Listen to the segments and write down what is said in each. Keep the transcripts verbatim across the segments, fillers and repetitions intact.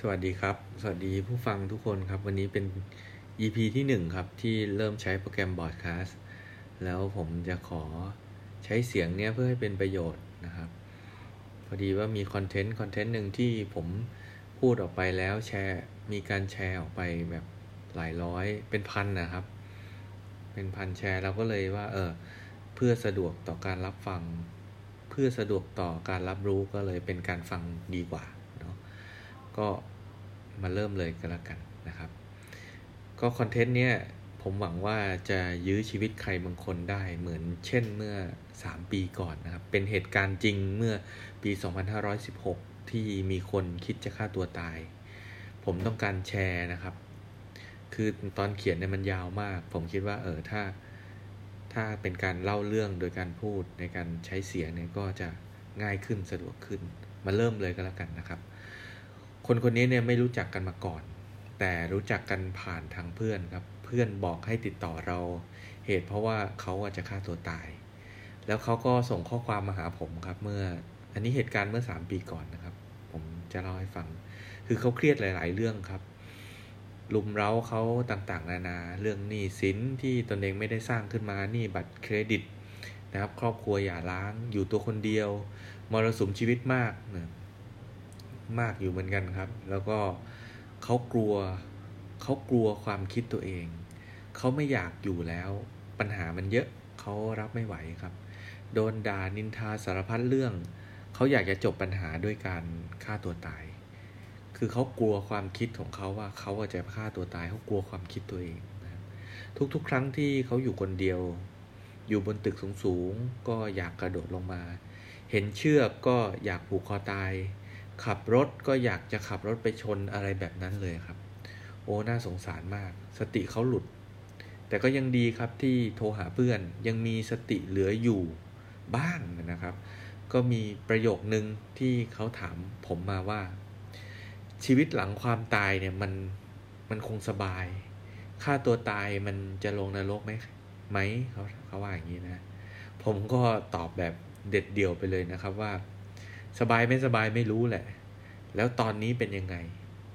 สวัสดีครับสวัสดีผู้ฟังทุกคนครับวันนี้เป็น อี พี ที่หนึ่งครับที่เริ่มใช้โปรแกรม Broadcast แล้วผมจะขอใช้เสียงเนี้ยเพื่อให้เป็นประโยชน์นะครับพอดีว่ามีคอนเทนต์คอนเทนต์หนึ่งที่ผมพูดออกไปแล้วแชร์มีการแชร์ออกไปแบบหลายร้อยเป็นพันนะครับเป็นพันแชร์เราก็เลยว่าเออเพื่อสะดวกต่อการรับฟังเพื่อสะดวกต่อการรับรู้ก็เลยเป็นการฟังดีกว่าเนาะก็มาเริ่มเลยกันแล้วกันนะครับก็คอนเทนต์เนี้ยผมหวังว่าจะยื้อชีวิตใครบางคนได้เหมือนเช่นเมื่อสามปีก่อนนะครับเป็นเหตุการณ์จริงเมื่อปีสองพันห้าร้อยสิบหกที่มีคนคิดจะฆ่าตัวตายผมต้องการแชร์นะครับคือตอนเขียนเนี่ยมันยาวมากผมคิดว่าเออถ้าถ้าเป็นการเล่าเรื่องโดยการพูดในการใช้เสียงเนี่ยก็จะง่ายขึ้นสะดวกขึ้นมาเริ่มเลยก็แล้วกันนะครับคนคนนี้เนี่ยไม่รู้จักกันมาก่อนแต่รู้จักกันผ่านทางเพื่อนครับเพื่อนบอกให้ติดต่อเราเหตุเพราะว่าเขาจะฆ่าตัวตายแล้วเขาก็ส่งข้อความมาหาผมครับเมื่ออันนี้เหตุการณ์เมื่อสามปีก่อนนะครับผมจะเล่าให้ฟังคือเขาเครียดหลายๆเรื่องครับลุมเร้าเขาต่างๆนานาเรื่องหนี้สินที่ตนเองไม่ได้สร้างขึ้นมาหนี้บัตรเครดิตนะครับครอบครัวหย่าร้างอยู่ตัวคนเดียวมรสุมชีวิตมากนะมากอยู่เหมือนกันครับแล้วก็เขากลัวเขากลัวความคิดตัวเองเขาไม่อยากอยู่แล้วปัญหามันเยอะเขารับไม่ไหวครับโดนด่านินทาสารพัดเรื่องเขาอยากจะจบปัญหาด้วยการฆ่าตัวตายคือเขากลัวความคิดของเขาว่าเขาจะฆ่าตัวตายเขากลัวความคิดตัวเองนะทุกๆครั้งที่เขาอยู่คนเดียวอยู่บนตึกสูงๆก็อยากกระโดดลงมาเห็นเชือกก็อยากผูกคอตายขับรถก็อยากจะขับรถไปชนอะไรแบบนั้นเลยครับโอ้น่าสงสารมากสติเขาหลุดแต่ก็ยังดีครับที่โทรหาเพื่อนยังมีสติเหลืออยู่บ้างนะครับก็มีประโยคนึงที่เขาถามผมมาว่าชีวิตหลังความตายเนี่ยมันมันคงสบายฆ่าตัวตายมันจะลงนรกไหมไหมเขาเขาว่าอย่างนี้นะผมก็ตอบแบบเด็ดเดี่ยวไปเลยนะครับว่าสบายไม่สบายไม่รู้แหละแล้วตอนนี้เป็นยังไง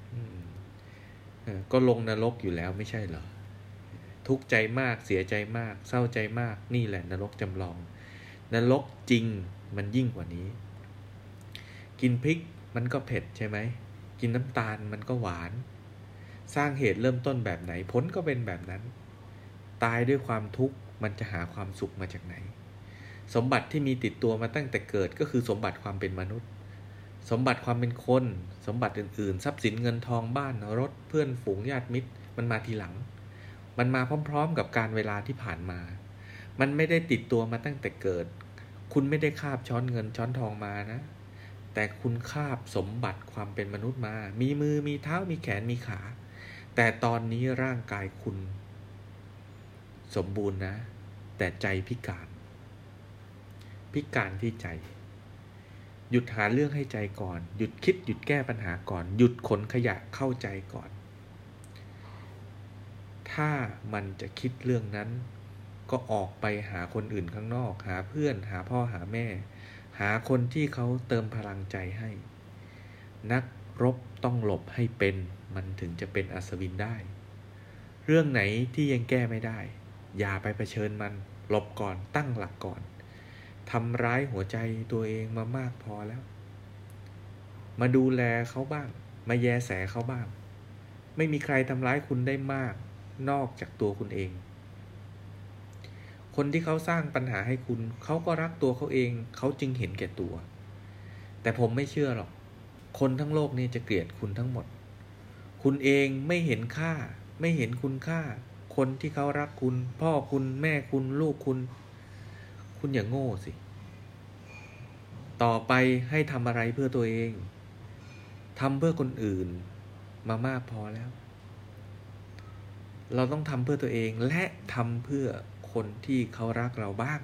ก็ลงนรกอยู่แล้วไม่ใช่เหรอทุกข์ใจมากเสียใจมากเศร้าใจมากนี่แหละนรกจำลองนรกจริงมันยิ่งกว่านี้กินพริกมันก็เผ็ดใช่ไหมกินน้ำตาลมันก็หวานสร้างเหตุเริ่มต้นแบบไหนผลก็เป็นแบบนั้นตายด้วยความทุกข์มันจะหาความสุขมาจากไหนสมบัติที่มีติดตัวมาตั้งแต่เกิดก็คือสมบัติความเป็นมนุษย์สมบัติความเป็นคนสมบัติอื่นๆทรัพย์สินเงินทองบ้านรถเพื่อนฝูงญาติมิตรมันมาทีหลังมันมาพร้อมๆกับการเวลาที่ผ่านมามันไม่ได้ติดตัวมาตั้งแต่เกิดคุณไม่ได้คาบช้อนเงินช้อนทองมานะแต่คุณคาบสมบัติความเป็นมนุษย์มามีมือมีเท้ามีแขนมีขาแต่ตอนนี้ร่างกายคุณสมบูรณ์นะแต่ใจพิการพิการที่ใจหยุดหาเรื่องให้ใจก่อนหยุดคิดหยุดแก้ปัญหาก่อนหยุดขนขยะเข้าใจก่อนถ้ามันจะคิดเรื่องนั้นก็ออกไปหาคนอื่นข้างนอกหาเพื่อนหาพ่อหาแม่หาคนที่เขาเติมพลังใจให้นักรบต้องหลบให้เป็นมันถึงจะเป็นอัศวินได้เรื่องไหนที่ยังแก้ไม่ได้อย่าไปเผชิญมันหลบก่อนตั้งหลักก่อนทำร้ายหัวใจตัวเองมามากพอแล้วมาดูแลเขาบ้างมาแยแสเขาบ้างไม่มีใครทำร้ายคุณได้มากนอกจากตัวคุณเองคนที่เขาสร้างปัญหาให้คุณเขาก็รักตัวเขาเองเขาจึงเห็นแก่ตัวแต่ผมไม่เชื่อหรอกคนทั้งโลกนี้จะเกลียดคุณทั้งหมดคุณเองไม่เห็นค่าไม่เห็นคุณค่าคนที่เขารักคุณพ่อคุณแม่คุณลูกคุณคุณอย่าโง่สิต่อไปให้ทำอะไรเพื่อตัวเองทำเพื่อคนอื่นมามากพอแล้วเราต้องทำเพื่อตัวเองและทำเพื่อคนที่เขารักเราบ้าง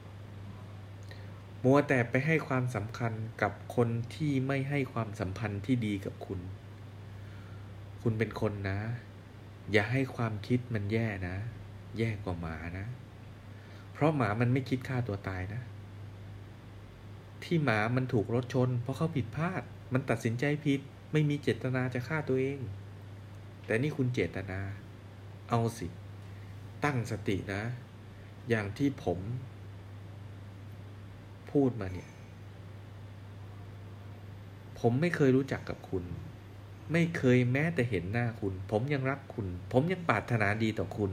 มัวแต่ไปให้ความสำคัญกับคนที่ไม่ให้ความสัมพันธ์ที่ดีกับคุณคุณเป็นคนนะอย่าให้ความคิดมันแย่นะแย่กว่าหมานะเพราะหมามันไม่คิดฆ่าตัวตายนะที่หมามันถูกรถชนเพราะเขาผิดพลาดมันตัดสินใจผิดไม่มีเจตนาจะฆ่าตัวเองแต่นี่คุณเจตนาเอาสิตั้งสตินะอย่างที่ผมพูดมาเนี่ยผมไม่เคยรู้จักกับคุณไม่เคยแม้แต่เห็นหน้าคุณผมยังรักคุณผมยังปรารถนาดีต่อคุณ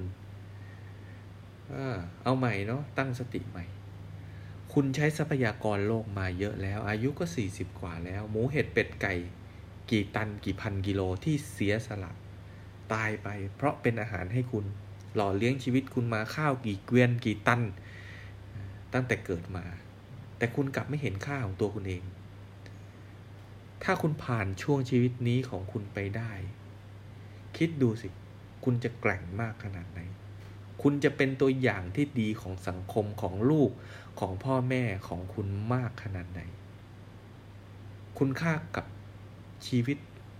เอาใหม่เนาะตั้งสติใหม่คุณใช้ทรัพยากรโลกมาเยอะแล้วอายุก็สี่สิบกว่าแล้วหมูเห็ดเป็ดไก่กี่ตันกี่พันกิโลที่เสียสละตายไปเพราะเป็นอาหารให้คุณหล่อเลี้ยงชีวิตคุณมาข้าวกี่เกวียนกี่ตันตั้งแต่เกิดมาแต่คุณกลับไม่เห็นค่าของตัวคุณเองถ้าคุณผ่านช่วงชีวิตนี้ของคุณไปได้คิดดูสิคุณจะแกร่งมากขนาดไหนคุณจะเป็นตัวอย่างที่ดีของสังคมของลูกของพ่อแม่ของคุณมากขนาดไหนคุณค่ากับชีวิต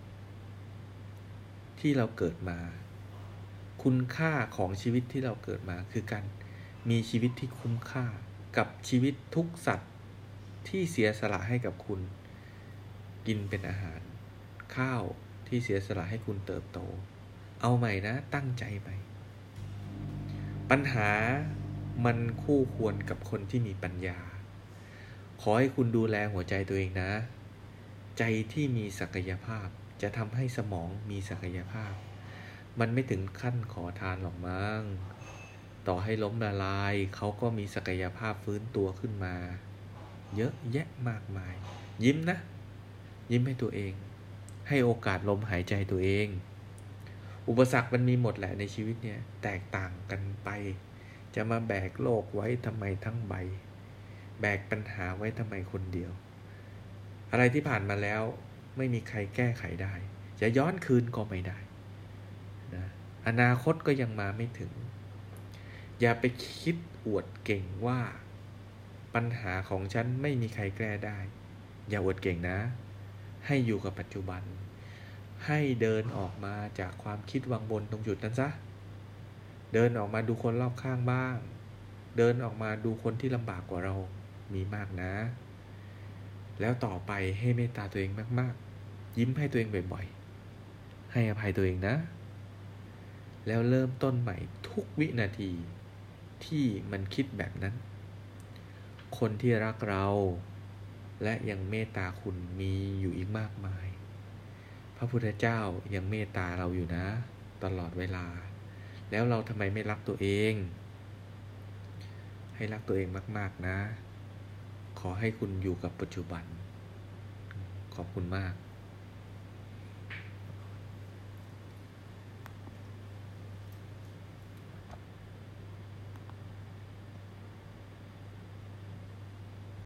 ที่เราเกิดมาคุณค่าของชีวิตที่เราเกิดมาคือการมีชีวิตที่คุ้มค่ากับชีวิตทุกสัตว์ที่เสียสละให้กับคุณกินเป็นอาหารข้าวที่เสียสละให้คุณเติบโตเอาใหม่นะตั้งใจไปปัญหามันคู่ควรกับคนที่มีปัญญาขอให้คุณดูแลหัวใจตัวเองนะใจที่มีศักยภาพจะทำให้สมองมีศักยภาพมันไม่ถึงขั้นขอทานหรอกมั้งต่อให้ล้มละลายเขาก็มีศักยภาพฟื้นตัวขึ้นมาเยอะแยะมากมายยิ้มนะยิ้มให้ตัวเองให้โอกาสลมหายใจตัวเองอุปสรรคมันมีหมดแหละในชีวิตเนี่ยแตกต่างกันไปจะมาแบกโลกไว้ทำไมทั้งใบแบกปัญหาไว้ทำไมคนเดียวอะไรที่ผ่านมาแล้วไม่มีใครแก้ไขได้จะย้อนคืนก็ไม่ได้นะอนาคตก็ยังมาไม่ถึงอย่าไปคิดอวดเก่งว่าปัญหาของฉันไม่มีใครแก้ได้อย่าอวดเก่งนะให้อยู่กับปัจจุบันให้เดินออกมาจากความคิดวังวนตรงจุดนั้นซะเดินออกมาดูคนรอบข้างบ้างเดินออกมาดูคนที่ลำบากกว่าเรามีมากนะแล้วต่อไปให้เมตตาตัวเองมากๆยิ้มให้ตัวเองบ่อยๆให้อภัยตัวเองนะแล้วเริ่มต้นใหม่ทุกวินาทีที่มันคิดแบบนั้นคนที่รักเราและยังเมตตาคุณมีอยู่อีกมากมายพระพุทธเจ้ายังเมตตาเราอยู่นะตลอดเวลาแล้วเราทำไมไม่รักตัวเองให้รักตัวเองมากๆนะขอให้คุณอยู่กับปัจจุบันขอบคุณมาก